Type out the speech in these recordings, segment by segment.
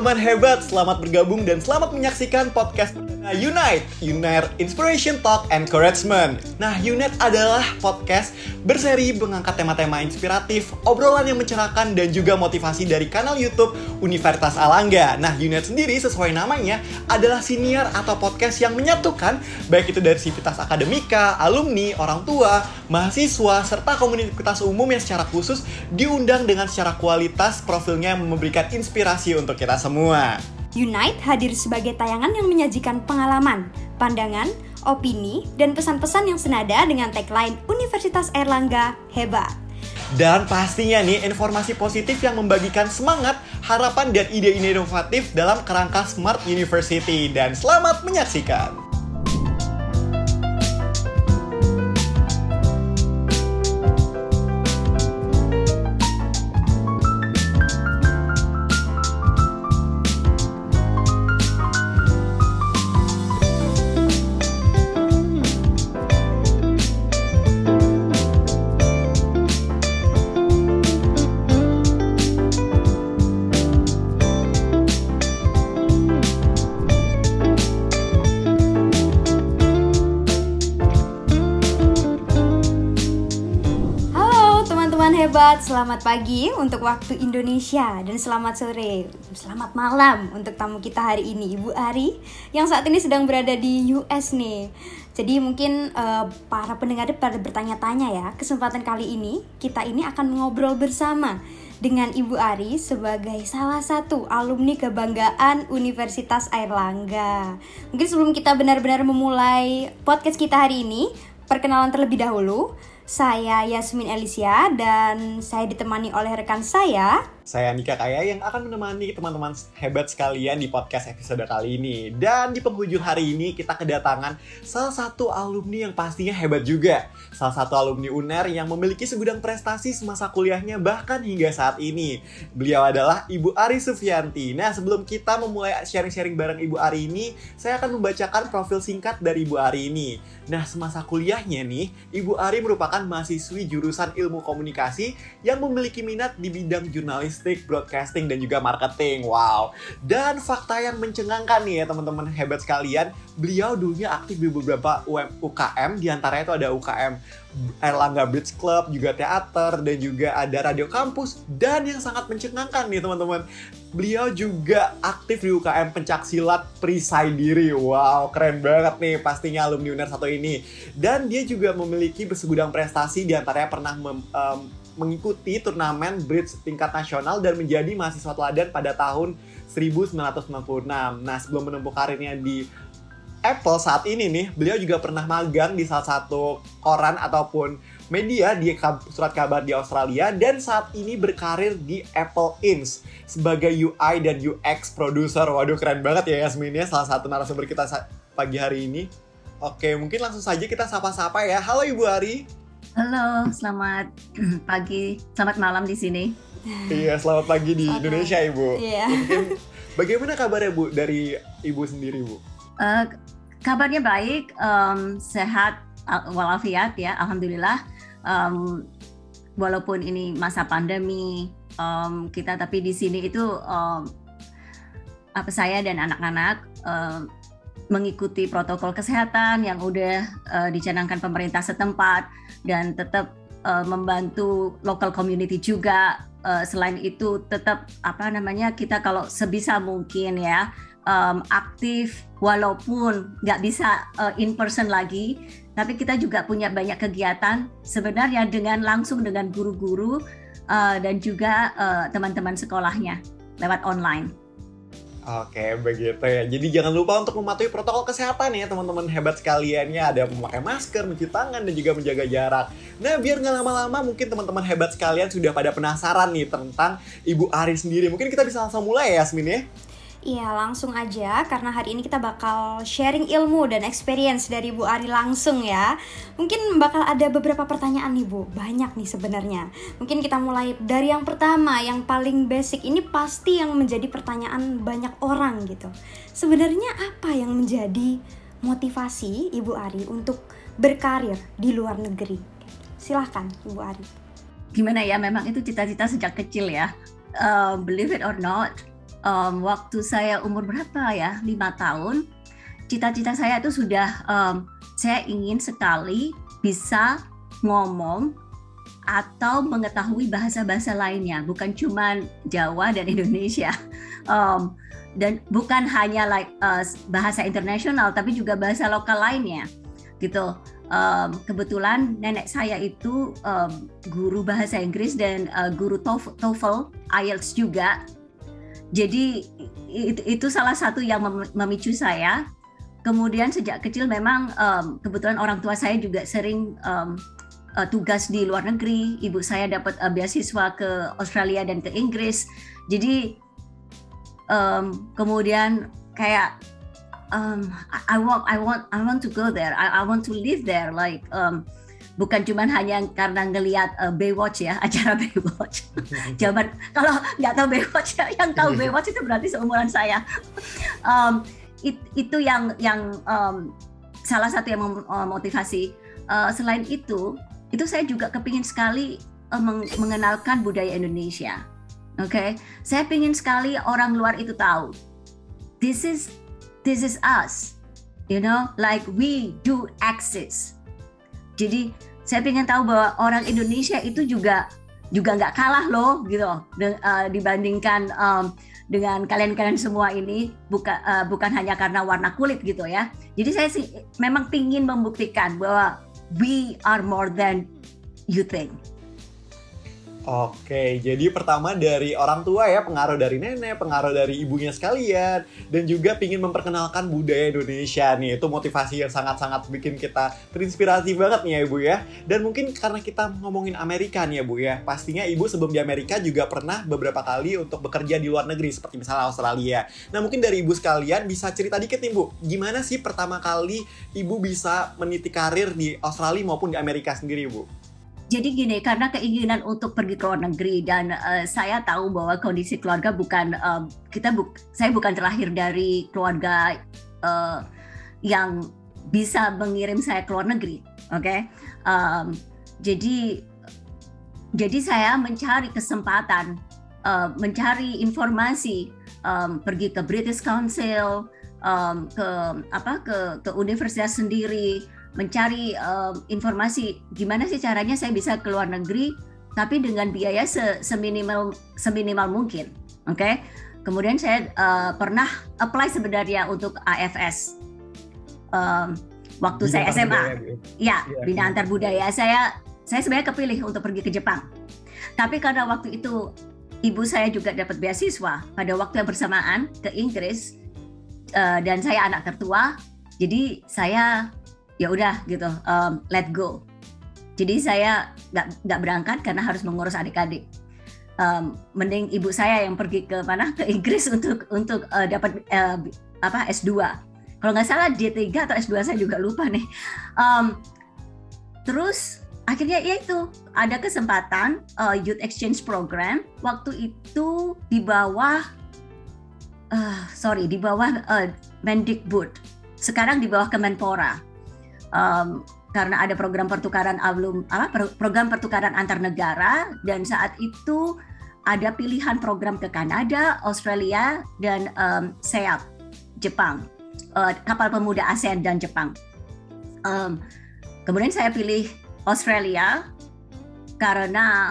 teman-teman hebat, selamat bergabung dan selamat menyaksikan podcast perdana Unite Inspiration Talk Encouragement. Nah, Unite adalah podcast berseri mengangkat tema-tema inspiratif, obrolan yang mencerahkan dan juga motivasi dari kanal YouTube Universitas Airlangga. Nah, Unite sendiri sesuai namanya adalah siniar atau podcast yang menyatukan baik itu dari sivitas akademika, alumni, orang tua, mahasiswa, serta komunitas umum yang secara khusus diundang dengan secara kualitas profilnya yang memberikan inspirasi untuk kita semua. Unite hadir sebagai tayangan yang menyajikan pengalaman, pandangan, opini, dan pesan-pesan yang senada dengan tagline Universitas Airlangga Hebat. Dan pastinya nih, informasi positif yang membagikan semangat, harapan, dan ide-ide inovatif dalam kerangka Smart University. Dan selamat menyaksikan! Hebat, selamat pagi untuk waktu Indonesia dan selamat sore, selamat malam untuk tamu kita hari ini, Ibu Ari yang saat ini sedang berada di US nih. Jadi mungkin para pendengar pada bertanya-tanya ya, kesempatan kali ini kita ini akan ngobrol bersama dengan Ibu Ari sebagai salah satu alumni kebanggaan Universitas Airlangga. Mungkin sebelum kita benar-benar memulai podcast kita hari ini, perkenalan terlebih dahulu. Saya Yasmin Elisia dan saya ditemani oleh rekan saya Nika Kaya yang akan menemani teman-teman hebat sekalian di podcast episode kali ini. Dan di penghujung hari ini kita kedatangan salah satu alumni yang pastinya hebat juga. Salah satu alumni UNER yang memiliki segudang prestasi semasa kuliahnya bahkan hingga saat ini. Beliau adalah Ibu Ari Sufianti. Nah, sebelum kita memulai sharing-sharing bareng Ibu Ari ini, saya akan membacakan profil singkat dari Ibu Ari ini. Nah, semasa kuliahnya nih, Ibu Ari merupakan mahasiswi jurusan ilmu komunikasi yang memiliki minat di bidang jurnalistik, broadcasting, dan juga marketing. Wow. Dan fakta yang mencengangkan nih ya teman-teman hebat sekalian, beliau dulunya aktif di beberapa UKM, diantaranya itu ada UKM Airlangga Bridge Club, juga teater, dan juga ada radio kampus. Dan yang sangat mencengangkan nih teman-teman, beliau juga aktif di UKM pencaksilat perisai diri. Wow, keren banget nih pastinya alumni UNER satu ini. Dan dia juga memiliki segudang prestasi, diantaranya pernah mengikuti turnamen bridge tingkat nasional dan menjadi mahasiswa teladan pada tahun 1996. Nah, sebelum menempuh karirnya di Apple saat ini nih, beliau juga pernah magang di salah satu koran ataupun media di surat kabar di Australia dan saat ini berkarir di Apple Inc. sebagai UI dan UX producer. Waduh, keren banget ya Yasmin ya, salah satu narasumber kita pagi hari ini. Oke, mungkin langsung saja kita sapa-sapa ya. Halo Ibu Ari. Halo, selamat pagi, selamat malam di sini. Iya, selamat pagi di Indonesia Ibu. Iya. Mungkin bagaimana kabarnya Bu dari Ibu sendiri Bu? Kabarnya baik, sehat walafiat ya, alhamdulillah. Walaupun ini masa pandemi, kita tapi di sini itu saya dan anak-anak mengikuti protokol kesehatan yang udah dicanangkan pemerintah setempat dan tetap membantu local community juga. Selain itu tetap kita kalau sebisa mungkin ya aktif walaupun nggak bisa in person lagi, tapi kita juga punya banyak kegiatan sebenarnya langsung dengan guru-guru dan juga teman-teman sekolahnya lewat online. Oke, begitu ya. Jadi jangan lupa untuk mematuhi protokol kesehatan ya teman-teman hebat sekaliannya. Ada memakai masker, mencuci tangan, dan juga menjaga jarak. Nah, biar nggak lama-lama mungkin teman-teman hebat sekalian sudah pada penasaran nih tentang Ibu Ari sendiri. Mungkin kita bisa langsung mulai ya Yasmin ya? Iya, langsung aja karena hari ini kita bakal sharing ilmu dan experience dari Bu Ari langsung ya. Mungkin bakal ada beberapa pertanyaan nih Bu, banyak nih sebenarnya. Mungkin kita mulai dari yang pertama, yang paling basic. Ini pasti yang menjadi pertanyaan banyak orang gitu. Sebenarnya apa yang menjadi motivasi Ibu Ari untuk berkarir di luar negeri? Silahkan Ibu Ari. Gimana ya, memang itu cita-cita sejak kecil ya. Believe it or not, waktu saya umur berapa ya, 5 tahun, cita-cita saya itu sudah, saya ingin sekali bisa ngomong atau mengetahui bahasa-bahasa lainnya, bukan cuma Jawa dan Indonesia. Dan bukan hanya bahasa internasional, tapi juga bahasa lokal lainnya, gitu. Kebetulan nenek saya itu guru bahasa Inggris dan guru TOEFL, IELTS juga. Jadi itu salah satu yang memicu saya. Kemudian sejak kecil memang kebetulan orang tua saya juga sering tugas di luar negeri. Ibu saya dapat beasiswa ke Australia dan ke Inggris. Jadi kemudian kayak I want to go there. I want to live there. Bukan cuma hanya karena ngelihat Baywatch ya, acara Baywatch. Zaman kalau nggak tahu Baywatch, yang tahu Baywatch itu berarti seumuran saya. Itu yang salah satu yang memotivasi. Selain itu saya juga kepingin sekali mengenalkan budaya Indonesia. Oke, saya pingin sekali orang luar itu tahu this is us, like we do exist. Jadi saya pingin tahu bahwa orang Indonesia itu juga nggak kalah loh, gitu, dibandingkan dengan kalian semua ini, bukan hanya karena warna kulit gitu ya. Jadi saya sih memang pingin membuktikan bahwa we are more than you think. Oke, jadi pertama dari orang tua ya, pengaruh dari nenek, pengaruh dari ibunya sekalian, dan juga pingin memperkenalkan budaya Indonesia nih. Itu motivasi yang sangat-sangat bikin kita terinspirasi banget nih ya Ibu ya. Dan mungkin karena kita ngomongin Amerika nih ya Bu ya, pastinya Ibu sebelum di Amerika juga pernah beberapa kali untuk bekerja di luar negeri, seperti misalnya Australia. Nah mungkin dari Ibu sekalian bisa cerita dikit nih Bu, gimana sih pertama kali Ibu bisa meniti karir di Australia maupun di Amerika sendiri Bu? Jadi gini, karena keinginan untuk pergi ke luar negeri dan saya tahu bahwa kondisi keluarga saya bukan terlahir dari keluarga yang bisa mengirim saya ke luar negeri, oke? Jadi saya mencari kesempatan, mencari informasi, pergi ke British Council, ke universitas sendiri, mencari informasi gimana sih caranya saya bisa ke luar negeri tapi dengan biaya seminimal mungkin, oke? Kemudian saya pernah apply sebenarnya untuk AFS waktu saya SMA, Bina Antar Budaya. Saya sebenarnya kepilih untuk pergi ke Jepang, tapi karena waktu itu ibu saya juga dapat beasiswa pada waktu yang bersamaan ke Inggris dan saya anak tertua, jadi saya ya udah gitu, let go. Jadi saya nggak berangkat karena harus mengurus adik-adik. Mending ibu saya yang pergi ke Inggris untuk dapat S2. Kalau nggak salah D3 atau S2 saya juga lupa nih. Terus akhirnya ya itu ada kesempatan youth exchange program. Waktu itu di bawah Mendikbud. Sekarang di bawah Kemenpora. Karena ada program pertukaran program pertukaran antar negara, dan saat itu ada pilihan program ke Kanada, Australia, dan SEAP, Jepang, kapal pemuda ASEAN dan Jepang. Kemudian saya pilih Australia karena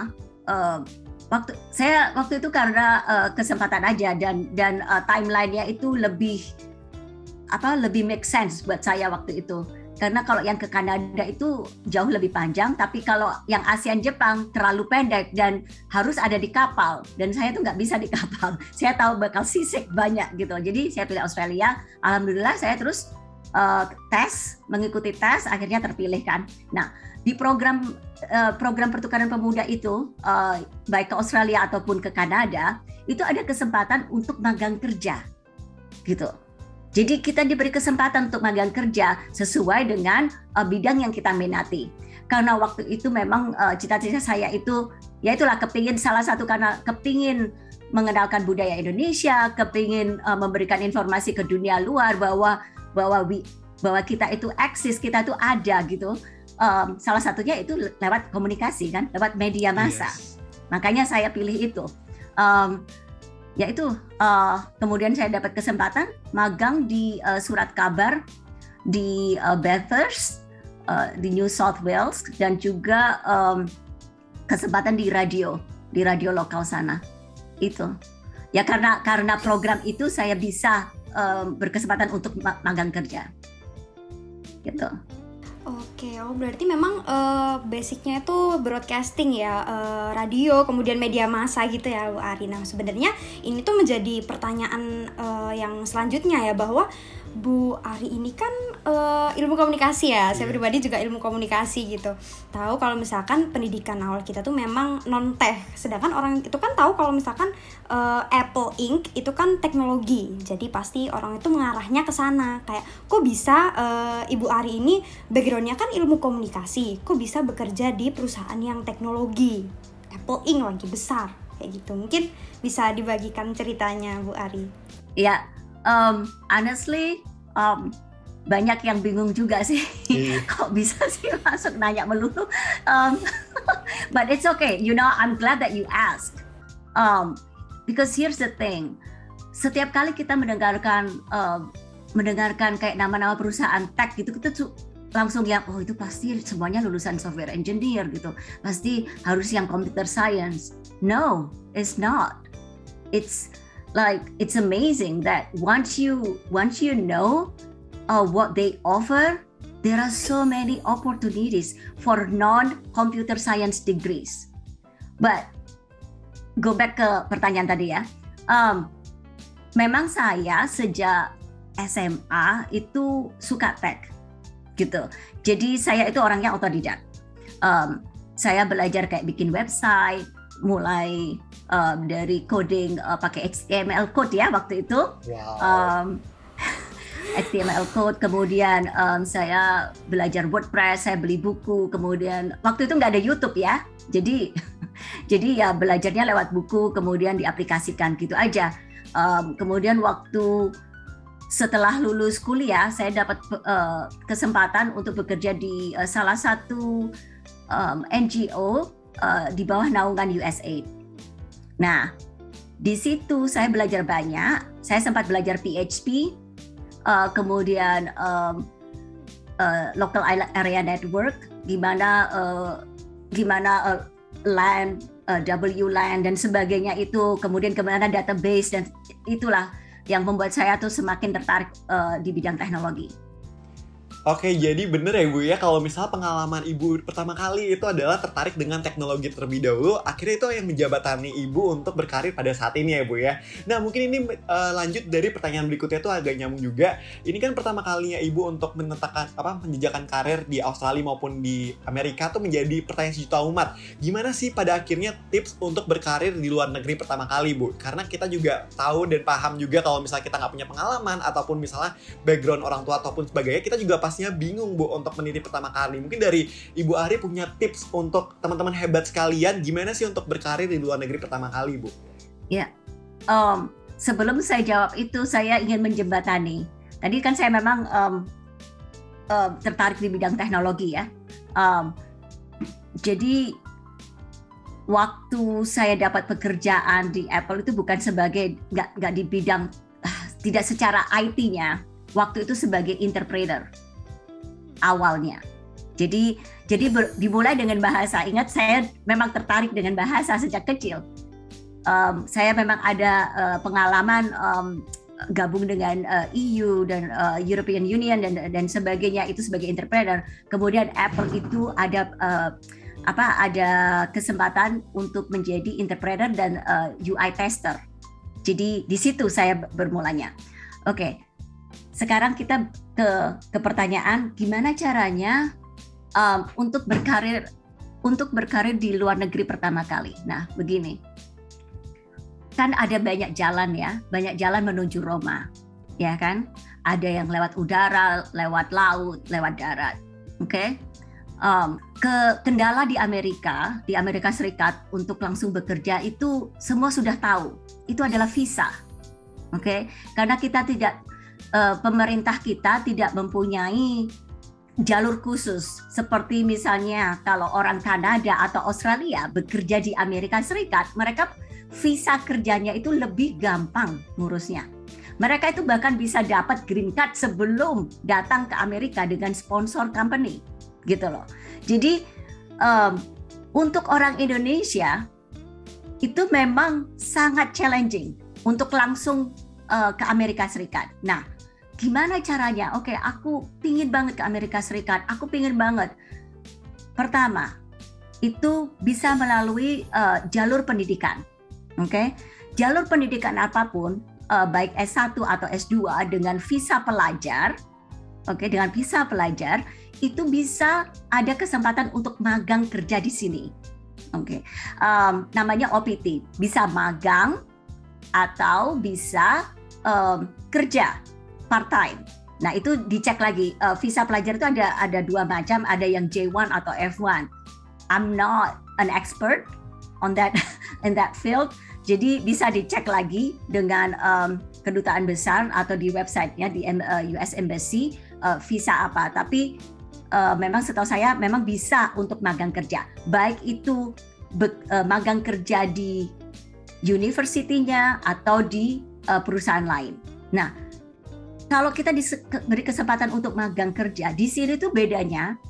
waktu itu karena kesempatan aja dan timelinenya itu lebih make sense buat saya waktu itu. Karena kalau yang ke Kanada itu jauh lebih panjang, tapi kalau yang ASEAN Jepang terlalu pendek dan harus ada di kapal, dan saya tuh nggak bisa di kapal. Saya tahu bakal sisik banyak gitu. Jadi saya pilih Australia. Alhamdulillah saya terus mengikuti tes, akhirnya terpilih kan. Nah di program pertukaran pemuda itu, baik ke Australia ataupun ke Kanada, itu ada kesempatan untuk magang kerja, gitu. Jadi kita diberi kesempatan untuk magang kerja sesuai dengan bidang yang kita minati. Karena waktu itu memang cita-cita saya itu, ya itulah salah satu karena kepingin mengenalkan budaya Indonesia, kepingin memberikan informasi ke dunia luar bahwa kita itu eksis, kita itu ada gitu. Salah satunya itu lewat komunikasi kan, lewat media massa. Yes. Makanya saya pilih itu. yaitu kemudian saya dapat kesempatan magang di surat kabar di Bathurst di New South Wales, dan juga kesempatan di radio lokal sana. Itu ya, karena program itu saya bisa berkesempatan untuk magang kerja gitu. Oke, berarti memang basicnya itu broadcasting ya, radio, kemudian media massa gitu ya Bu Ari. Nah sebenarnya ini tuh menjadi pertanyaan yang selanjutnya ya, bahwa Bu Ari ini kan ilmu komunikasi ya, saya pribadi juga ilmu komunikasi gitu. Tahu kalau misalkan pendidikan awal kita tuh memang non-tech, sedangkan orang itu kan tahu kalau misalkan Apple Inc. itu kan teknologi. Jadi pasti orang itu mengarahnya ke sana. Kayak kok bisa Ibu Ari ini backgroundnya kan ilmu komunikasi, kok bisa bekerja di perusahaan yang teknologi, Apple Inc. lagi besar kayak gitu. Mungkin bisa dibagikan ceritanya Bu Ari. Ya, honestly banyak yang bingung juga sih. Kok bisa sih masuk nanya melulu. But it's okay, you know, I'm glad that you asked. Because here's the thing, setiap kali kita mendengarkan kayak nama-nama perusahaan tech gitu, kita tuh langsung yang oh itu pasti semuanya lulusan software engineer gitu, pasti harus yang computer science. No, it's not. It's amazing that once you know what they offer, there are so many opportunities for non-computer science degrees. But go back ke pertanyaan tadi ya. Memang saya sejak SMA itu suka tech gitu. Jadi saya itu orangnya otodidak. Saya belajar kayak bikin website, mulai dari coding pakai HTML code ya waktu itu. Wow. HTML code, kemudian saya belajar WordPress, saya beli buku, kemudian waktu itu nggak ada YouTube ya, jadi ya belajarnya lewat buku, kemudian diaplikasikan gitu aja. Kemudian waktu setelah lulus kuliah, saya dapat kesempatan untuk bekerja di salah satu NGO di bawah naungan USAID. Nah, di situ saya belajar banyak. Saya sempat belajar PHP, kemudian local area network, gimana LAN, WLAN dan sebagainya itu, kemudian kemana database, dan itulah yang membuat saya tuh semakin tertarik di bidang teknologi. Oke, jadi bener ya Bu ya, kalau misalnya pengalaman Ibu pertama kali itu adalah tertarik dengan teknologi terlebih dahulu, akhirnya itu yang menjabatani Ibu untuk berkarir pada saat ini ya Bu ya. Nah mungkin ini lanjut dari pertanyaan berikutnya itu agak nyambung juga. Ini kan pertama kalinya Ibu untuk menjejakan karir di Australia maupun di Amerika tuh menjadi pertanyaan sejuta umat. Gimana sih pada akhirnya tips untuk berkarir di luar negeri pertama kali Bu? Karena kita juga tahu dan paham juga kalau misalnya kita nggak punya pengalaman ataupun misalnya background orang tua ataupun sebagainya, kita juga pastinya bingung Bu untuk meniti pertama kali. Mungkin dari Ibu Ari punya tips untuk teman-teman hebat sekalian, gimana sih untuk berkarir di luar negeri pertama kali Bu? Ya, sebelum saya jawab itu, saya ingin menjembatani. Tadi kan saya memang tertarik di bidang teknologi ya. Jadi waktu saya dapat pekerjaan di Apple itu bukan sebagai nggak di bidang tidak secara IT-nya. Waktu itu sebagai interpreter awalnya. Jadi dimulai dengan bahasa. Ingat, saya memang tertarik dengan bahasa sejak kecil. Saya memang ada pengalaman gabung dengan EU dan European Union dan sebagainya itu sebagai interpreter. Kemudian Apple itu ada kesempatan untuk menjadi interpreter dan UI tester. Jadi di situ saya bermulanya. Oke. Sekarang kita ke pertanyaan gimana caranya untuk berkarir di luar negeri pertama kali. Nah, begini. Kan ada banyak jalan ya, banyak jalan menuju Roma. Ya kan? Ada yang lewat udara, lewat laut, lewat darat. Oke? Kendala di Amerika Serikat untuk langsung bekerja itu semua sudah tahu. Itu adalah visa. Oke? Karena kita pemerintah kita tidak mempunyai jalur khusus seperti misalnya kalau orang Kanada atau Australia bekerja di Amerika Serikat, mereka visa kerjanya itu lebih gampang ngurusnya. Mereka itu bahkan bisa dapat green card sebelum datang ke Amerika dengan sponsor company, gitu loh. Jadi untuk orang Indonesia itu memang sangat challenging untuk langsung ke Amerika Serikat. Nah, gimana caranya? Oke, aku pingin banget ke Amerika Serikat. Aku pingin banget. Pertama, itu bisa melalui jalur pendidikan. Oke, jalur pendidikan apapun, baik S1 atau S2 dengan visa pelajar, dengan visa pelajar itu bisa ada kesempatan untuk magang kerja di sini. Namanya OPT, bisa magang atau bisa kerja part time. Nah, itu dicek lagi. Visa pelajar itu ada dua macam, ada yang J1 atau F1. I'm not an expert on that in that field. Jadi bisa dicek lagi dengan kedutaan besar atau di websitenya di US Embassy visa apa. Tapi memang setahu saya memang bisa untuk magang kerja. Baik itu magang kerja di university-nya atau di perusahaan lain. Nah, kalau kita diberi kesempatan untuk magang kerja, di sini tuh bedanya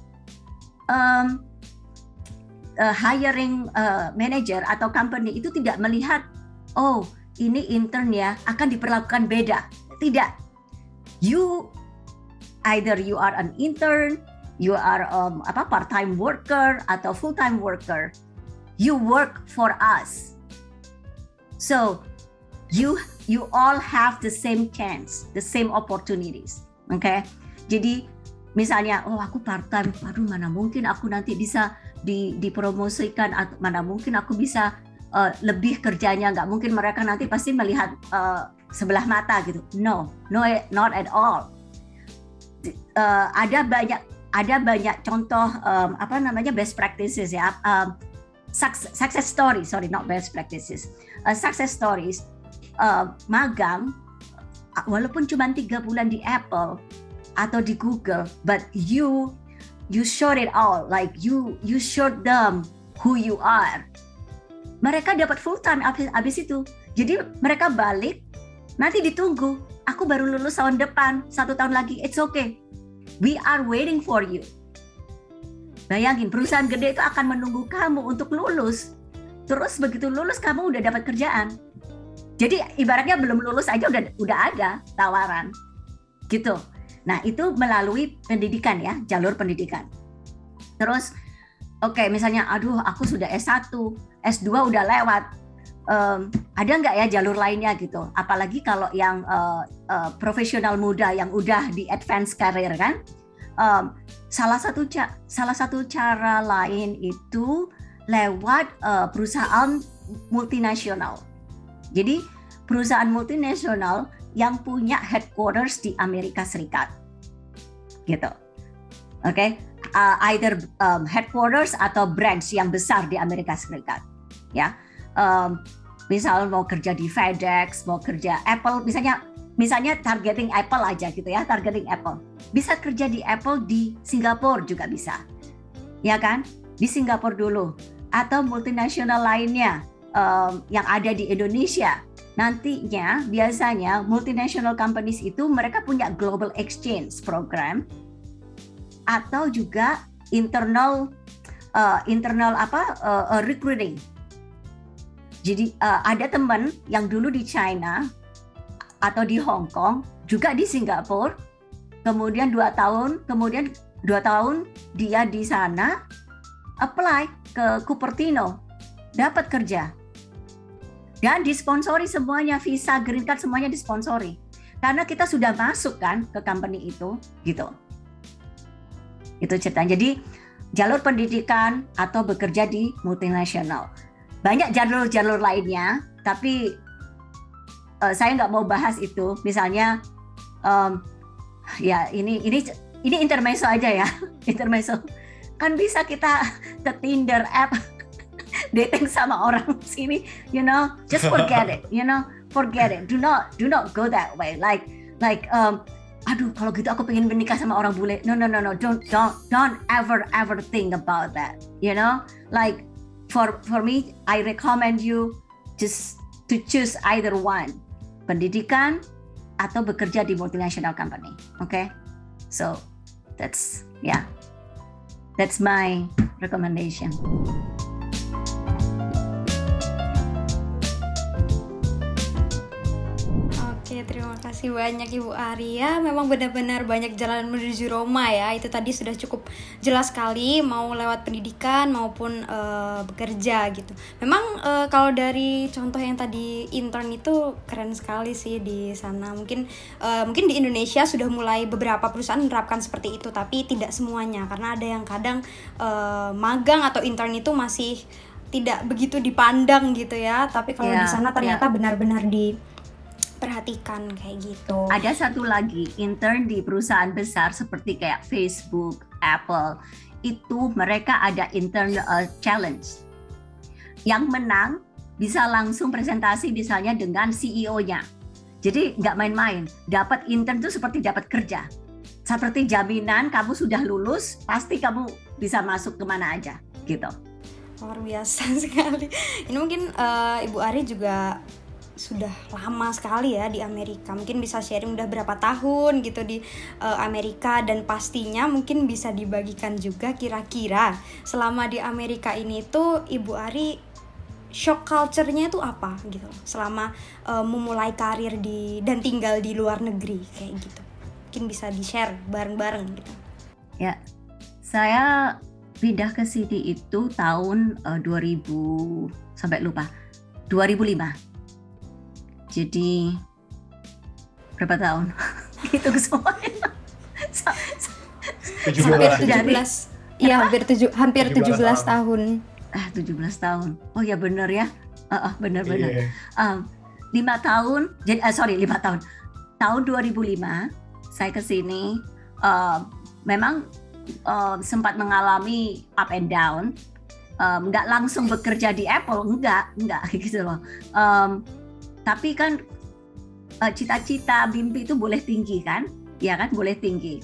hiring manager atau company itu tidak melihat, oh ini intern ya, akan diperlakukan beda. Tidak. Either you are an intern, you are part-time worker atau full-time worker. You work for us. So you all have the same chance, the same opportunities. Okay? Jadi misalnya, oh aku part-time, aduh mana mungkin aku nanti bisa dipromosikan, atau mana mungkin aku bisa lebih kerjanya, nggak mungkin mereka nanti pasti melihat sebelah mata gitu. No, not at all. Ada banyak contoh best practices ya, success stories, sorry not best practices, success stories magang walaupun cuma 3 bulan di Apple atau di Google, but you showed it all, like you showed them who you are. Mereka dapat full time abis itu. Jadi mereka balik, nanti ditunggu. Aku baru lulus tahun depan, 1 tahun lagi. It's okay. We are waiting for you. Bayangin, perusahaan gede itu akan menunggu kamu untuk lulus. Terus begitu lulus kamu udah dapat kerjaan. Jadi ibaratnya belum lulus aja udah ada tawaran. Gitu. Nah, itu melalui pendidikan ya, jalur pendidikan. Terus misalnya aduh aku sudah S1, S2 udah lewat. Ada nggak ya jalur lainnya gitu? Apalagi kalau yang profesional muda yang udah di advance career kan? Salah satu cara lain itu lewat perusahaan multinasional. Jadi perusahaan multinasional yang punya headquarters di Amerika Serikat, gitu. Either headquarters atau branch yang besar di Amerika Serikat, ya. Misal mau kerja di FedEx, mau kerja Apple, misalnya targeting Apple aja gitu ya, targeting Apple. Bisa kerja di Apple di Singapura juga bisa, ya kan? Di Singapura dulu, atau multinasional lainnya yang ada di Indonesia. Nantinya biasanya multinational companies itu mereka punya global exchange program atau juga internal recruiting. Jadi ada teman yang dulu di China atau di Hong Kong, juga di Singapura, kemudian 2 tahun dia di sana apply ke Cupertino, dapat kerja. Dan disponsori semuanya, visa, green card semuanya disponsori. Karena kita sudah masuk kan ke company itu, gitu. Itu ceritanya. Jadi jalur pendidikan atau bekerja di multinasional. Banyak jalur-jalur lainnya, tapi saya nggak mau bahas itu. Misalnya, ya ini intermezzo aja ya, intermezzo. Kan bisa kita ke Tinder app, dating sama orang sini, just forget it, forget it. Do not go that way. Like, aduh, kalau gitu aku pengen menikah sama orang bule. No, don't ever think about that. Like, for me, I recommend you just to choose either one, pendidikan atau bekerja di multinational company. Okay, so that's my recommendation. Oke, terima kasih banyak Ibu Arya. Memang benar-benar banyak jalan menuju Roma ya. Itu tadi sudah cukup jelas sekali, mau lewat pendidikan maupun bekerja gitu. Memang kalau dari contoh yang tadi intern itu keren sekali sih di sana. Mungkin di Indonesia sudah mulai beberapa perusahaan menerapkan seperti itu, tapi tidak semuanya karena ada yang kadang magang atau intern itu masih tidak begitu dipandang gitu ya. Tapi kalau di sana ternyata benar-benar perhatikan kayak gitu. Ada satu lagi, intern di perusahaan besar seperti kayak Facebook, Apple, itu mereka ada intern challenge. Yang menang bisa langsung presentasi misalnya dengan CEO-nya. Jadi nggak main-main, dapat intern itu seperti dapat kerja. Seperti jaminan kamu sudah lulus, pasti kamu bisa masuk kemana aja gitu. Luar biasa sekali. Ini mungkin Ibu Ari juga sudah lama sekali ya di Amerika. Mungkin bisa sharing udah berapa tahun gitu di Amerika, dan pastinya mungkin bisa dibagikan juga kira-kira selama di Amerika ini tuh Ibu Ari shock culture-nya itu apa gitu selama memulai karir dan tinggal di luar negeri kayak gitu. Mungkin bisa di-share bareng-bareng gitu. Ya. Saya pindah ke sini itu tahun 2000 sampai lupa. 2005. Jadi berapa tahun? Gitu semuanya. Hampir 17 tahun. 17 tahun. Oh ya benar ya. Benar. 5 tahun. Jadi 5 tahun. Tahun 2005 saya ke sini memang sempat mengalami up and down. Nggak langsung bekerja di Apple, enggak gitu loh. Tapi kan cita-cita, mimpi itu boleh tinggi kan? Ya kan, boleh tinggi.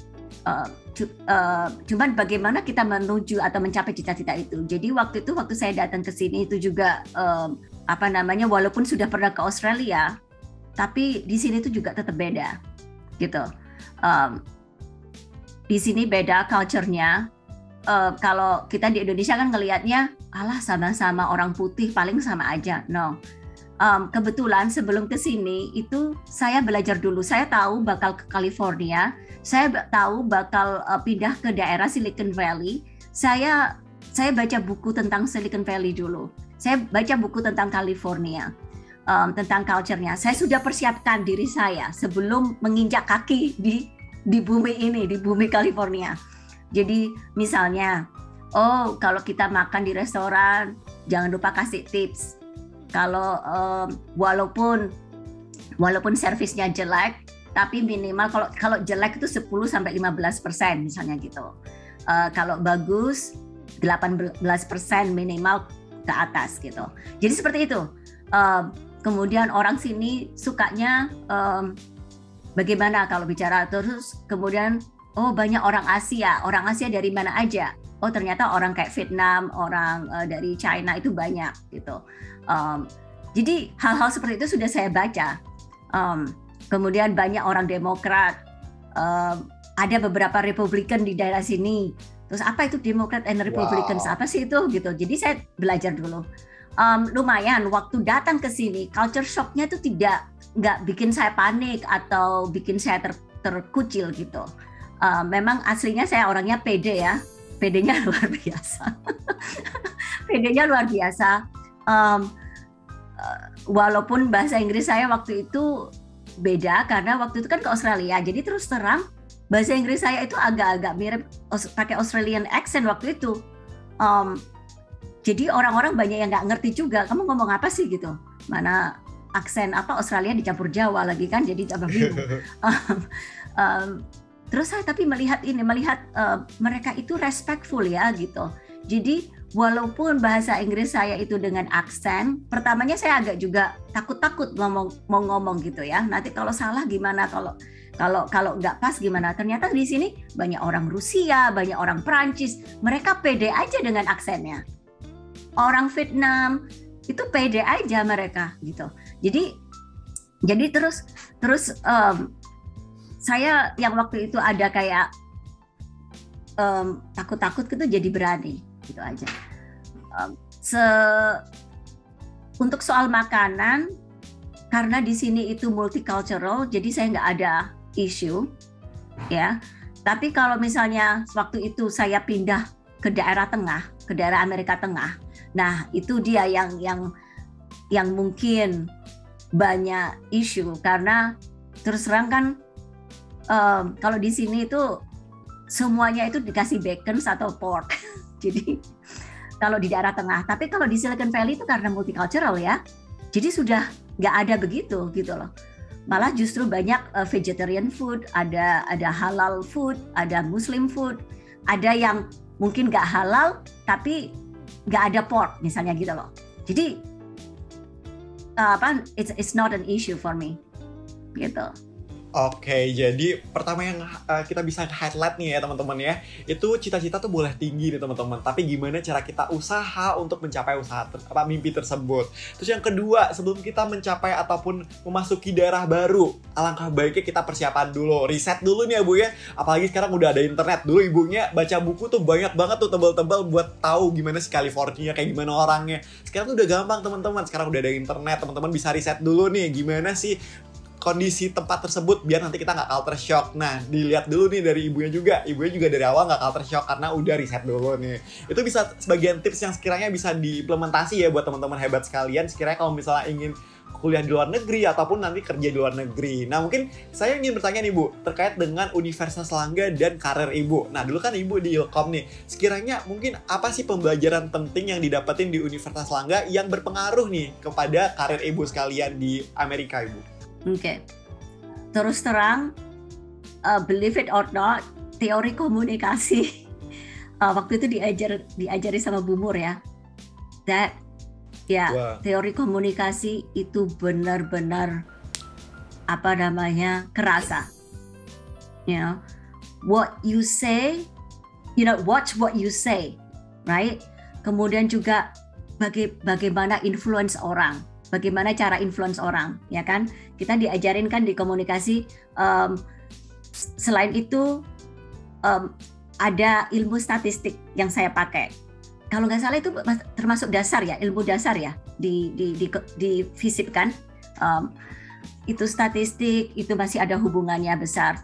Cuman bagaimana kita menuju atau mencapai cita-cita itu. Jadi waktu saya datang ke sini itu juga walaupun sudah pernah ke Australia, tapi di sini itu juga tetap beda, gitu. Di sini beda culture-nya. Kalau kita di Indonesia kan ngelihatnya, alah sama-sama orang putih paling sama aja. No. Kebetulan sebelum ke sini itu saya belajar dulu. Saya tahu bakal ke California, saya tahu bakal pindah ke daerah Silicon Valley. Saya baca buku tentang Silicon Valley dulu. Saya baca buku tentang California, tentang culture-nya. Saya sudah persiapkan diri saya sebelum menginjak kaki di bumi ini, di bumi California. Jadi misalnya, kalau kita makan di restoran, jangan lupa kasih tips. Kalau walaupun servisnya jelek, tapi minimal kalau jelek itu 10-15% misalnya gitu. Kalau bagus 18% minimal ke atas gitu. Jadi seperti itu. Kemudian orang sini sukanya bagaimana kalau bicara, terus kemudian banyak orang Asia dari mana aja. Ternyata orang kayak Vietnam, orang dari China itu banyak gitu. Jadi hal-hal seperti itu sudah saya baca. Kemudian banyak orang Demokrat, ada beberapa Republikan di daerah sini. Terus apa itu Democrat and Republicans? Apa sih itu gitu. Jadi saya belajar dulu. Lumayan waktu datang ke sini, culture shock-nya itu nggak bikin saya panik atau bikin saya terkucil gitu. Memang aslinya saya orangnya pede ya. PD-nya luar biasa. PD-nya luar biasa. Walaupun bahasa Inggris saya waktu itu beda karena waktu itu kan ke Australia. Jadi terus terang bahasa Inggris saya itu agak-agak mirip pakai Australian accent waktu itu. Jadi orang-orang banyak yang nggak ngerti juga. Kamu ngomong apa sih gitu? Mana aksen Australia dicampur Jawa lagi kan? Jadi tambah bingung. Terus saya tapi melihat mereka itu respectful ya gitu. Jadi walaupun bahasa Inggris saya itu dengan aksen, pertamanya saya agak juga takut mau ngomong gitu ya. Nanti kalau salah gimana, kalau nggak pas gimana. Ternyata di sini banyak orang Rusia, banyak orang Perancis, mereka pede aja dengan aksennya. Orang Vietnam itu pede aja mereka gitu. Jadi terus saya yang waktu itu ada kayak takut-takut gitu jadi berani gitu aja. Untuk soal makanan, karena di sini itu multicultural, jadi saya nggak ada issue, ya. Tapi kalau misalnya waktu itu saya pindah ke daerah tengah, ke daerah Amerika Tengah, nah itu dia yang mungkin banyak isu, karena terus terang kan kalau di sini itu semuanya itu dikasih bacon atau pork, jadi kalau di daerah tengah. Tapi kalau di Silicon Valley itu karena multicultural ya, jadi sudah nggak ada begitu gitu loh. Malah justru banyak vegetarian food, ada halal food, ada Muslim food, ada yang mungkin nggak halal tapi nggak ada pork misalnya gitu loh. Jadi it's not an issue for me gitu. Oke, jadi pertama yang kita bisa highlight nih ya teman-teman ya, itu cita-cita tuh boleh tinggi nih teman-teman, tapi gimana cara kita usaha untuk mencapai mimpi tersebut. Terus yang kedua, sebelum kita mencapai ataupun memasuki daerah baru, alangkah baiknya kita persiapan dulu, riset dulu nih ya Bu ya. Apalagi sekarang udah ada internet. Dulu ibunya baca buku tuh banyak banget tuh, tebal-tebal buat tahu gimana sih California, kayak gimana orangnya. Sekarang tuh udah gampang teman-teman, sekarang udah ada internet, teman-teman bisa riset dulu nih gimana sih kondisi tempat tersebut biar nanti kita nggak culture shock. Nah, dilihat dulu nih dari ibunya juga dari awal nggak culture shock karena udah riset dulu nih. Itu bisa sebagian tips yang sekiranya bisa diimplementasi ya buat teman-teman hebat sekalian sekiranya kalau misalnya ingin kuliah di luar negeri ataupun nanti kerja di luar negeri. Nah, mungkin saya ingin bertanya nih Bu, terkait dengan Universitas Selangga dan karir Ibu. Nah, dulu kan Ibu di Ilkom nih. Sekiranya mungkin apa sih pembelajaran penting yang didapetin di Universitas Selangga yang berpengaruh nih kepada karir Ibu sekalian di Amerika, Ibu? Oke. Terus terang, believe it or not, teori komunikasi waktu itu diajari sama Bu Mur ya. Teori komunikasi itu benar-benar kerasa. You know, what you say, watch what you say, right? Kemudian juga bagaimana influence orang. Bagaimana cara influence orang, ya kan? Kita diajarin kan di komunikasi. Selain itu ada ilmu statistik yang saya pakai. Kalau nggak salah itu termasuk dasar ya, ilmu dasar ya di FISIP kan. Itu statistik itu masih ada hubungannya besar.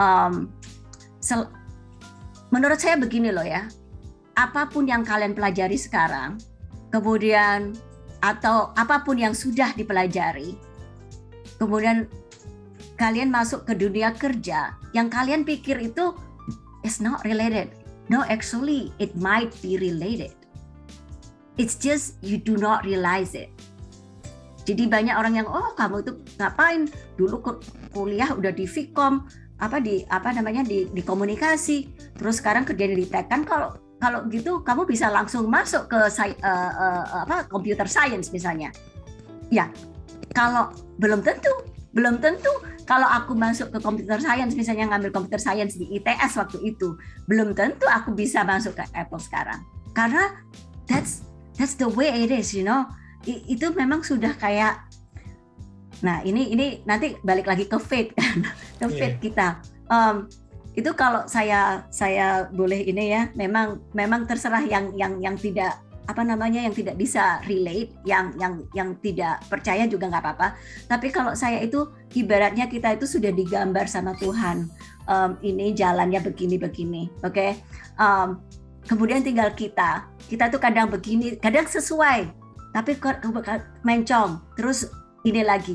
Menurut saya begini loh ya, apapun yang kalian pelajari sekarang, kemudian atau apapun yang sudah dipelajari, kemudian kalian masuk ke dunia kerja, yang kalian pikir itu is not related. No, actually it might be related. It's just you do not realize it. Jadi banyak orang yang kamu itu ngapain dulu kuliah udah di Vkom, di komunikasi, terus sekarang kerja di tech kan. Kalau gitu kamu bisa langsung masuk ke computer science misalnya. Ya, kalau belum tentu kalau aku masuk ke computer science misalnya ngambil computer science di ITS waktu itu, belum tentu aku bisa masuk ke Apple sekarang. Karena that's the way it is, you know. Itu memang sudah kayak. Nah, ini nanti balik lagi ke fate kan. Ke fate kita. Itu kalau saya boleh ini ya, memang terserah yang tidak yang tidak bisa relate, yang tidak percaya juga nggak apa-apa. Tapi kalau saya itu ibaratnya kita itu sudah digambar sama Tuhan, ini jalannya begini, oke? Kemudian tinggal kita tuh kadang begini, kadang sesuai, tapi mencong, terus ini lagi.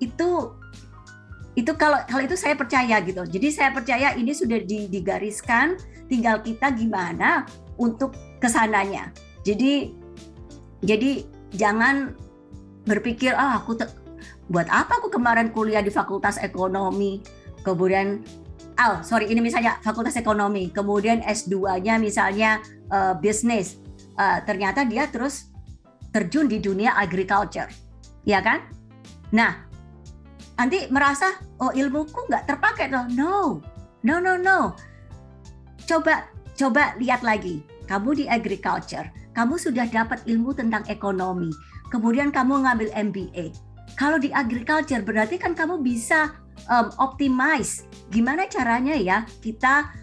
Itu kalau itu saya percaya gitu. Jadi saya percaya ini sudah digariskan, tinggal kita gimana untuk kesananya. Jadi jangan berpikir buat apa aku kemarin kuliah di Fakultas Ekonomi, kemudian ini misalnya Fakultas Ekonomi, kemudian S2-nya misalnya bisnis, ternyata dia terus terjun di dunia agriculture, ya kan? Nah, nanti merasa ilmuku nggak terpakai loh. No. Coba lihat lagi. Kamu di agriculture, kamu sudah dapat ilmu tentang ekonomi. Kemudian kamu ngambil MBA. Kalau di agriculture berarti kan kamu bisa optimize gimana caranya ya kita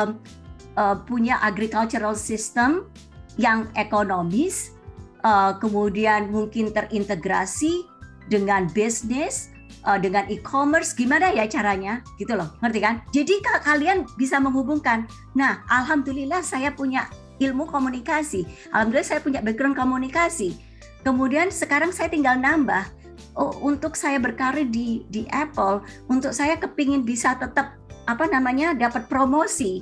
punya agricultural system yang ekonomis, kemudian mungkin terintegrasi dengan bisnis, dengan e-commerce, gimana ya caranya gitu loh, ngerti kan? Jadi kalian bisa menghubungkan. Nah, alhamdulillah saya punya ilmu komunikasi, alhamdulillah saya punya background komunikasi. Kemudian sekarang saya tinggal nambah. Untuk saya berkarir di Apple, untuk saya kepingin bisa tetap dapat promosi,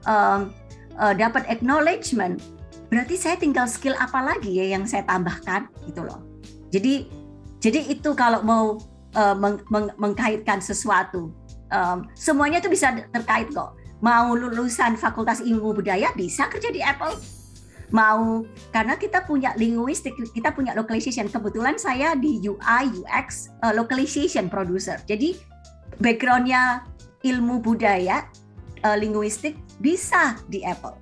dapat acknowledgement. Berarti saya tinggal skill apa lagi ya yang saya tambahkan gitu loh. Jadi itu kalau mau mengkaitkan sesuatu, semuanya itu bisa terkait kok. Mau lulusan Fakultas Ilmu Budaya bisa kerja di Apple. Mau karena kita punya linguistik, kita punya localization. Kebetulan saya di UI UX localization producer. Jadi backgroundnya ilmu budaya, linguistik bisa di Apple.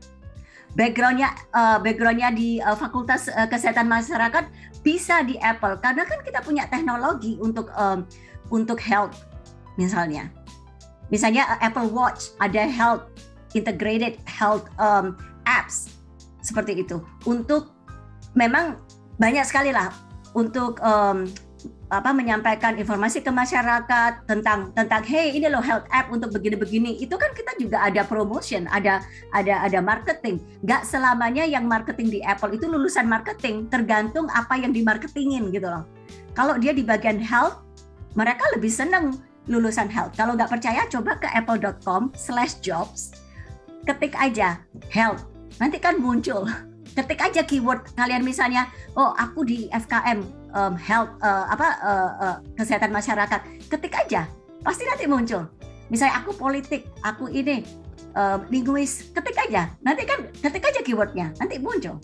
Backgroundnya di Fakultas Kesehatan Masyarakat bisa di Apple. Karena kan kita punya teknologi untuk health misalnya. Misalnya Apple Watch ada health integrated health apps. Seperti itu. Untuk memang banyak sekali lah untuk menyampaikan informasi ke masyarakat tentang hey ini loh health app untuk begini-begini. Itu kan kita juga ada promotion, ada marketing. Nggak selamanya yang marketing di Apple itu lulusan marketing, tergantung apa yang dimarketingin gitu loh. Kalau dia di bagian health, mereka lebih senang lulusan health. Kalau nggak percaya coba ke apple.com/jobs, ketik aja health. Nanti kan muncul, ketik aja keyword kalian misalnya, aku di FKM health kesehatan masyarakat, ketik aja, pasti nanti muncul. Misalnya aku politik, aku ini linguis, ketik aja, nanti kan ketik aja keywordnya, nanti muncul.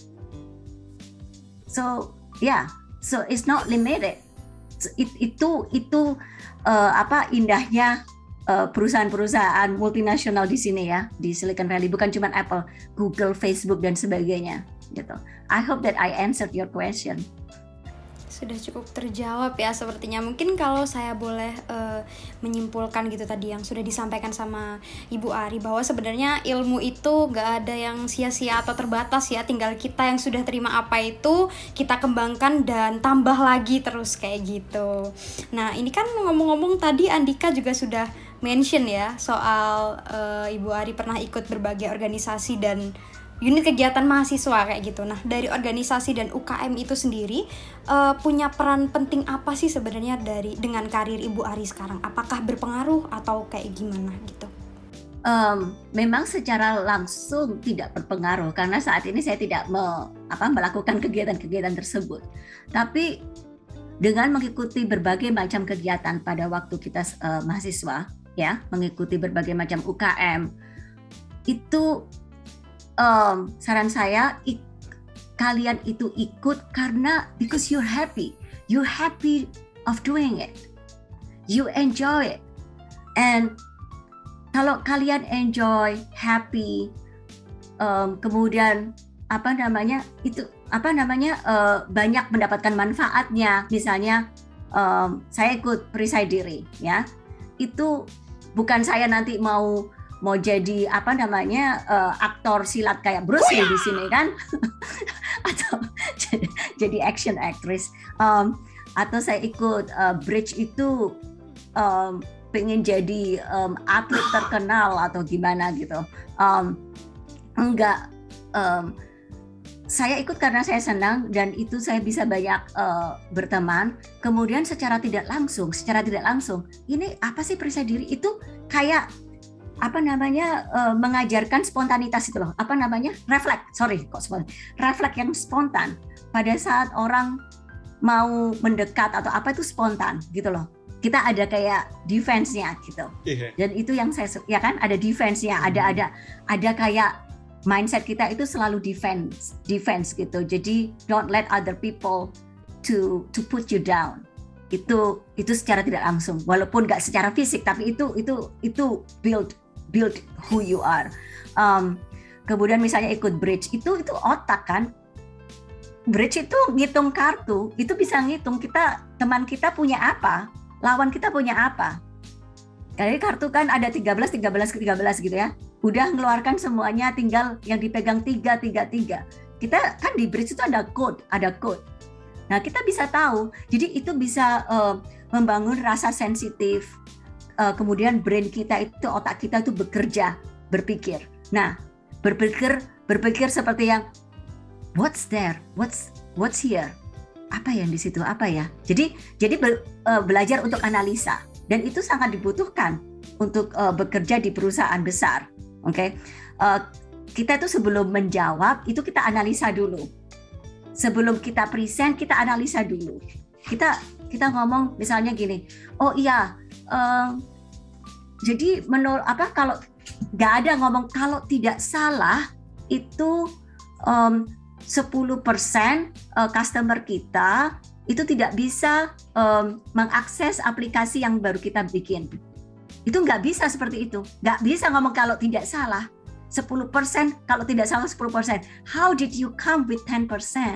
So it's not limited. Itu indahnya perusahaan-perusahaan multinasional di sini ya, di Silicon Valley, bukan cuma Apple, Google, Facebook dan sebagainya gitu. I hope that I answered your question. Sudah cukup terjawab ya sepertinya. Mungkin kalau saya boleh menyimpulkan gitu tadi yang sudah disampaikan sama Ibu Ari, bahwa sebenarnya ilmu itu gak ada yang sia-sia atau terbatas ya, tinggal kita yang sudah terima apa itu kita kembangkan dan tambah lagi terus kayak gitu. Nah ini kan ngomong-ngomong tadi Andika juga sudah mention ya soal Ibu Ari pernah ikut berbagai organisasi dan unit kegiatan mahasiswa kayak gitu. Nah dari organisasi dan UKM itu sendiri punya peran penting apa sih sebenarnya dengan karir Ibu Ari sekarang? Apakah berpengaruh atau kayak gimana gitu? Memang secara langsung tidak berpengaruh karena saat ini saya tidak melakukan kegiatan-kegiatan tersebut. Tapi dengan mengikuti berbagai macam kegiatan pada waktu kita mahasiswa, ya, mengikuti berbagai macam UKM, itu saran saya kalian itu ikut karena because you're happy of doing it, you enjoy it, and kalau kalian enjoy, happy, kemudian banyak mendapatkan manfaatnya. Misalnya saya ikut perisai diri, ya, itu bukan saya nanti mau jadi aktor silat kayak Bruce Lee di sini kan, atau jadi action actress, atau saya ikut bridge itu pengen jadi atlet terkenal atau gimana gitu. Enggak, saya ikut karena saya senang dan itu saya bisa banyak berteman. Kemudian secara tidak langsung ini apa sih perisai diri itu kayak mengajarkan spontanitas itu loh, refleks yang spontan pada saat orang mau mendekat atau apa itu spontan gitu loh. Kita ada kayak defense-nya gitu. Dan itu yang saya ya kan, ada defense-nya, ada kayak mindset kita itu selalu defense gitu. Jadi don't let other people to put you down. Itu secara tidak langsung, walaupun nggak secara fisik, tapi itu build who you are. Kemudian misalnya ikut bridge itu otak kan, bridge itu ngitung kartu, itu bisa ngitung teman kita punya apa, lawan kita punya apa. Jadi kartu kan ada 13 gitu ya. Udah ngeluarkan semuanya, tinggal yang dipegang 3. Kita kan di bridge itu ada code. Nah, kita bisa tahu. Jadi itu bisa membangun rasa sensitif. Kemudian brain kita itu, otak kita itu bekerja, berpikir. Nah, berpikir seperti yang what's there? What's here? Apa yang di situ? Apa ya? Jadi belajar untuk analisa, dan itu sangat dibutuhkan untuk bekerja di perusahaan besar. Oke. Kita tuh sebelum menjawab itu kita analisa dulu. Sebelum kita present kita analisa dulu. Kita ngomong misalnya gini, oh iya, jadi menurut kalau nggak ada ngomong kalau tidak salah itu 10% customer kita itu tidak bisa mengakses aplikasi yang baru kita bikin. Itu nggak bisa seperti itu. Nggak bisa ngomong kalau tidak salah. 10% kalau tidak salah 10%. How did you come with 10%?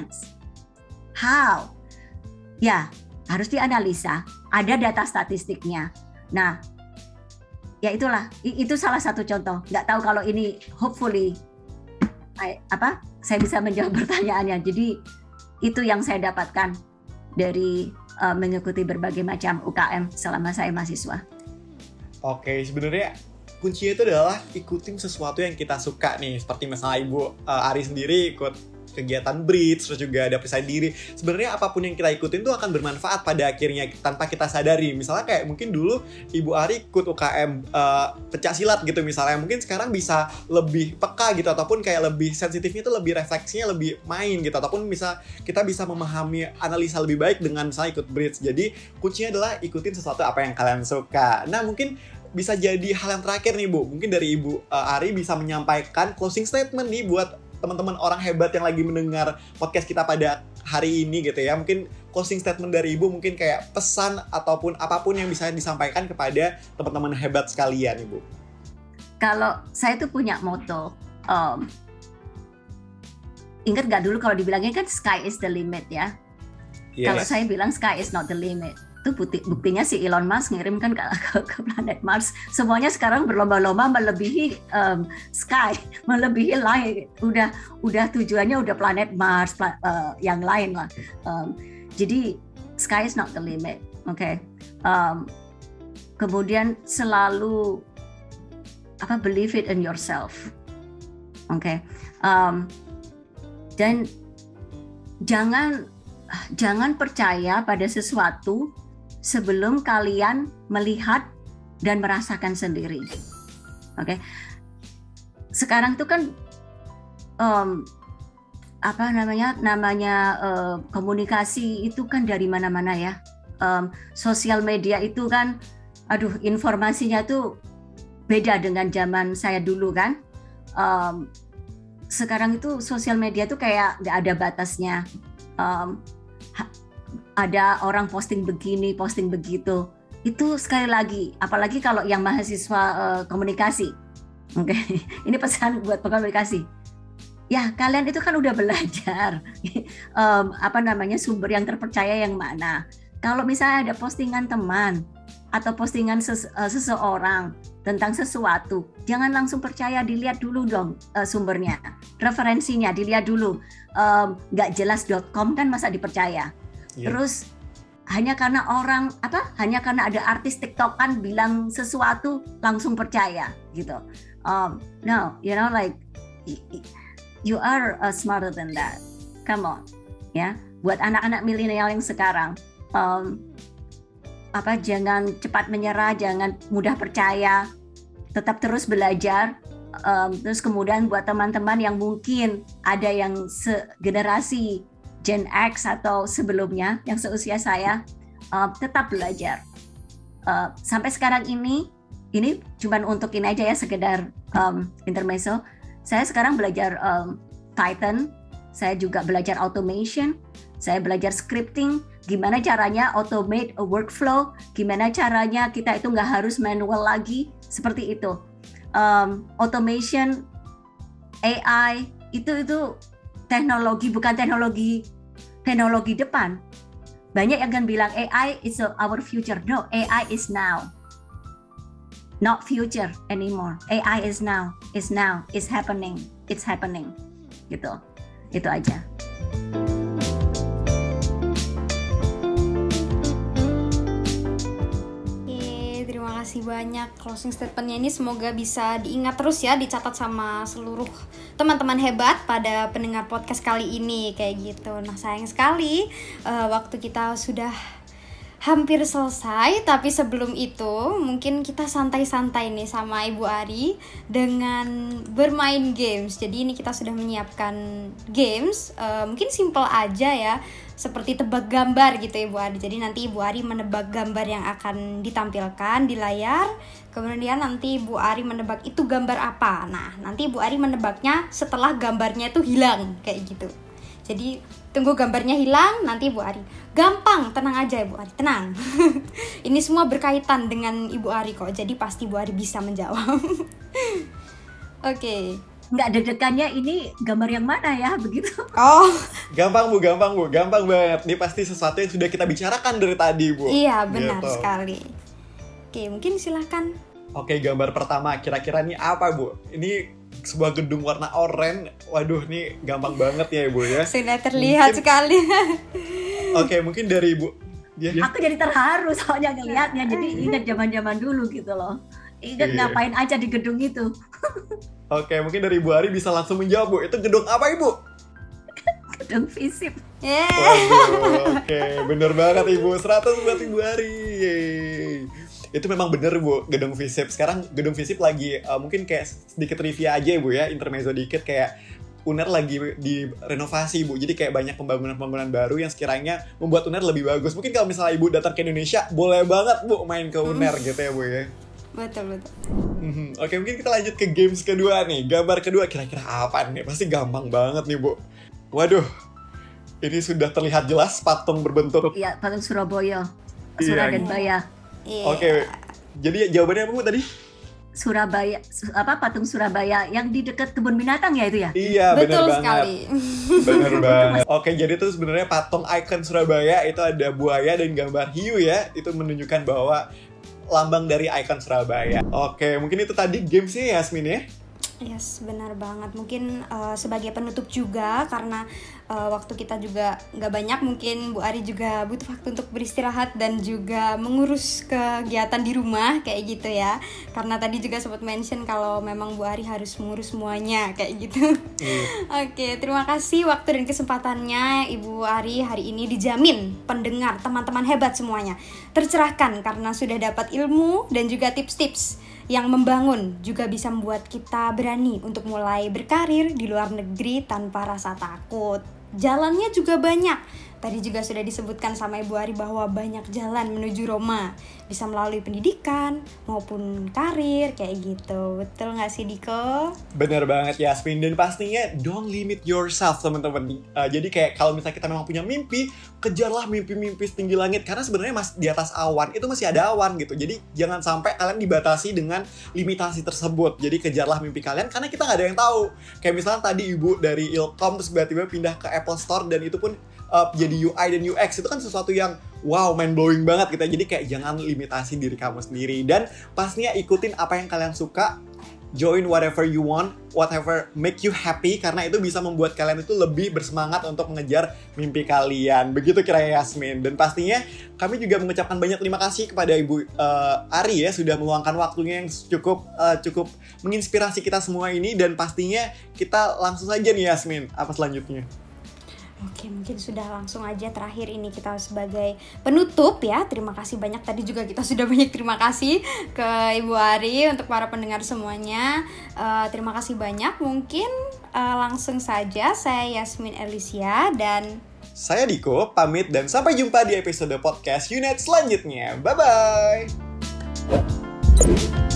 How? Ya, harus dianalisa. Ada data statistiknya. Nah, ya itulah. Itu salah satu contoh. Nggak tahu kalau ini hopefully saya bisa menjawab pertanyaannya. Jadi itu yang saya dapatkan dari mengikuti berbagai macam UKM selama saya mahasiswa. Oke, sebenarnya kuncinya itu adalah ikutin sesuatu yang kita suka nih. Seperti misalnya Ibu Ari sendiri ikut kegiatan bridge, terus juga ada percaya diri. Sebenarnya apapun yang kita ikutin tuh akan bermanfaat pada akhirnya tanpa kita sadari. Misalnya kayak mungkin dulu Ibu Ari ikut UKM pencak silat gitu misalnya. Mungkin sekarang bisa lebih peka gitu, ataupun kayak lebih sensitifnya tuh lebih refleksinya lebih main gitu. Ataupun kita bisa memahami analisa lebih baik dengan misalnya ikut bridge. Jadi kuncinya adalah ikutin sesuatu apa yang kalian suka. Nah mungkin bisa jadi hal yang terakhir nih Bu. Mungkin dari Ibu Ari bisa menyampaikan closing statement nih buat teman-teman orang hebat yang lagi mendengar podcast kita pada hari ini gitu ya. Mungkin closing statement dari Ibu, mungkin kayak pesan ataupun apapun yang bisa disampaikan kepada teman-teman hebat sekalian Ibu. Kalau saya tuh punya moto, ingat gak dulu kalau dibilangnya kan sky is the limit ya. Yes. Kalau saya bilang sky is not the limit. Itu buktinya si Elon Musk ngirimkan ke planet Mars. Semuanya sekarang berlomba-lomba melebihi sky, melebihi langit. Udah tujuannya udah planet Mars, yang lain lah. Jadi sky is not the limit, oke. Kemudian selalu believe it in yourself, oke. Dan jangan percaya pada sesuatu sebelum kalian melihat dan merasakan sendiri. Oke. Sekarang itu kan komunikasi itu kan dari mana-mana ya. Sosial media itu kan informasinya tuh beda dengan zaman saya dulu kan. Sekarang itu sosial media tuh kayak nggak ada batasnya. Ada orang posting begini, posting begitu. Itu sekali lagi, apalagi kalau yang mahasiswa komunikasi. Oke, ini pesan buat komunikasi. Ya, kalian itu kan udah belajar sumber yang terpercaya yang mana. Kalau misalnya ada postingan teman atau postingan seseorang tentang sesuatu, jangan langsung percaya, dilihat dulu dong sumbernya, referensinya dilihat dulu. Nggak jelas.com kan masa dipercaya. Yeah. Terus hanya karena ada artis TikTokan bilang sesuatu langsung percaya gitu. No, you are smarter than that. Come on, ya. Buat anak-anak milenial yang sekarang, jangan cepat menyerah, jangan mudah percaya, tetap terus belajar. Terus kemudian buat teman-teman yang mungkin ada yang generasi Gen X atau sebelumnya yang seusia saya, tetap belajar. Sampai sekarang ini cuma untuk ini aja ya, sekedar intermezzo. Saya sekarang belajar Python, saya juga belajar automation, saya belajar scripting, gimana caranya automate a workflow, gimana caranya kita itu nggak harus manual lagi, seperti itu. Automation, AI, itu teknologi, bukan teknologi teknologi depan. Banyak yang kan bilang AI is our future. No, AI is now. Not future anymore. AI is now. Is now. Is happening. It's happening. Gitu. Itu aja. Terima kasih banyak closing statementnya ini, semoga bisa diingat terus ya, dicatat sama seluruh teman-teman hebat pada pendengar podcast kali ini kayak gitu. Nah sayang sekali waktu kita sudah hampir selesai, tapi sebelum itu mungkin kita santai-santai nih sama Ibu Ari dengan bermain games. Jadi ini kita sudah menyiapkan games, mungkin simple aja ya, seperti tebak gambar gitu Ibu Ari. Jadi nanti Ibu Ari menebak gambar yang akan ditampilkan di layar, kemudian nanti Ibu Ari menebak itu gambar apa. Nah nanti Ibu Ari menebaknya setelah gambarnya itu hilang kayak gitu. Jadi tunggu gambarnya hilang, nanti Ibu Ari. Gampang, tenang aja Ibu Ari, tenang. Ini semua berkaitan dengan Ibu Ari kok, jadi pasti Ibu Ari bisa menjawab. Oke. Nggak deg-degannya ini gambar yang mana ya, begitu? Oh. Gampang Bu, gampang banget. Ini pasti sesuatu yang sudah kita bicarakan dari tadi Bu. Iya, benar gitu. sekali. Oke, mungkin silahkan. Oke, gambar pertama kira-kira ini apa Bu? Ini sebuah gedung warna oranye. Waduh, ini gampang banget ya Ibu ya. Sudah terlihat sekali. Oke, mungkin dari Ibu. Aku jadi terharu soalnya ngelihatnya. Jadi ingat zaman-zaman dulu gitu loh. Ingat ngapain aja di gedung itu. Oke, mungkin dari Ibu Ari bisa langsung menjawab Bu. Itu gedung apa Ibu? Gedung FISIP. Waduh, oke, bener banget Ibu. 100 buat Ibu Ari. Itu memang bener Bu, gedung FISIP. Sekarang gedung FISIP lagi mungkin kayak sedikit trivia aja Bu ya, intermezzo dikit, kayak UNER lagi direnovasi Bu. Jadi kayak banyak pembangunan-pembangunan baru yang sekiranya membuat UNER lebih bagus. Mungkin kalau misalnya Ibu datang ke Indonesia, boleh banget Bu main ke UNER gitu ya Bu ya. Betul. Oke, mungkin kita lanjut ke games kedua nih. Gambar kedua kira-kira apa nih? Pasti gampang banget nih Bu. Waduh, ini sudah terlihat jelas patung berbentuk. Iya, patung Surabaya. Surabaya. Iya. Oke, jadi jawabannya apa Bu tadi? Surabaya, patung Surabaya yang di dekat kebun binatang ya itu ya? Iya, betul bener sekali. Bener banget. Oke, jadi itu sebenarnya patung ikon Surabaya itu ada buaya dan gambar hiu ya. Itu menunjukkan bahwa lambang dari ikon Surabaya. Oke, mungkin itu tadi gamesnya Yasmin ya? Yes, benar banget. Mungkin sebagai penutup juga, karena waktu kita juga nggak banyak, mungkin Bu Ari juga butuh waktu untuk beristirahat dan juga mengurus kegiatan di rumah kayak gitu ya. Karena tadi juga sempat mention kalau memang Bu Ari harus mengurus semuanya kayak gitu. Oke, terima kasih waktu dan kesempatannya Ibu Ari hari ini. Dijamin pendengar, teman-teman hebat semuanya tercerahkan karena sudah dapat ilmu dan juga tips-tips yang membangun, juga bisa membuat kita berani untuk mulai berkarir di luar negeri tanpa rasa takut. Jalannya juga banyak. Tadi juga sudah disebutkan sama Ibu Ari bahwa banyak jalan menuju Roma. Bisa melalui pendidikan maupun karir kayak gitu. Betul nggak sih Diko? Bener banget Yasmin. Dan pastinya don't limit yourself teman-teman. Jadi kayak kalau misalnya kita memang punya mimpi, kejarlah mimpi-mimpi setinggi langit. Karena sebenarnya masih di atas awan itu masih ada awan gitu. Jadi jangan sampai kalian dibatasi dengan limitasi tersebut. Jadi kejarlah mimpi kalian karena kita nggak ada yang tahu. Kayak misalnya tadi Ibu dari Ilkom terus tiba-tiba pindah ke Apple Store dan itu pun jadi UI dan UX itu kan sesuatu yang wow, mind blowing banget gitu. Jadi kayak jangan limitasi diri kamu sendiri. Dan pastinya ikutin apa yang kalian suka. Join whatever you want, whatever make you happy. Karena itu bisa membuat kalian itu lebih bersemangat untuk mengejar mimpi kalian. Begitu kira Yasmin. Dan pastinya kami juga mengucapkan banyak terima kasih kepada Ibu Ari ya. Sudah meluangkan waktunya yang cukup menginspirasi kita semua ini. Dan pastinya kita langsung saja nih Yasmin, apa selanjutnya? Oke, mungkin sudah langsung aja terakhir ini kita sebagai penutup ya. Terima kasih banyak, tadi juga kita sudah banyak terima kasih ke Ibu Ari, untuk para pendengar semuanya. Terima kasih banyak. Mungkin langsung saja saya Yasmin Elisia dan saya Diko pamit dan sampai jumpa di episode podcast Unite selanjutnya. Bye bye.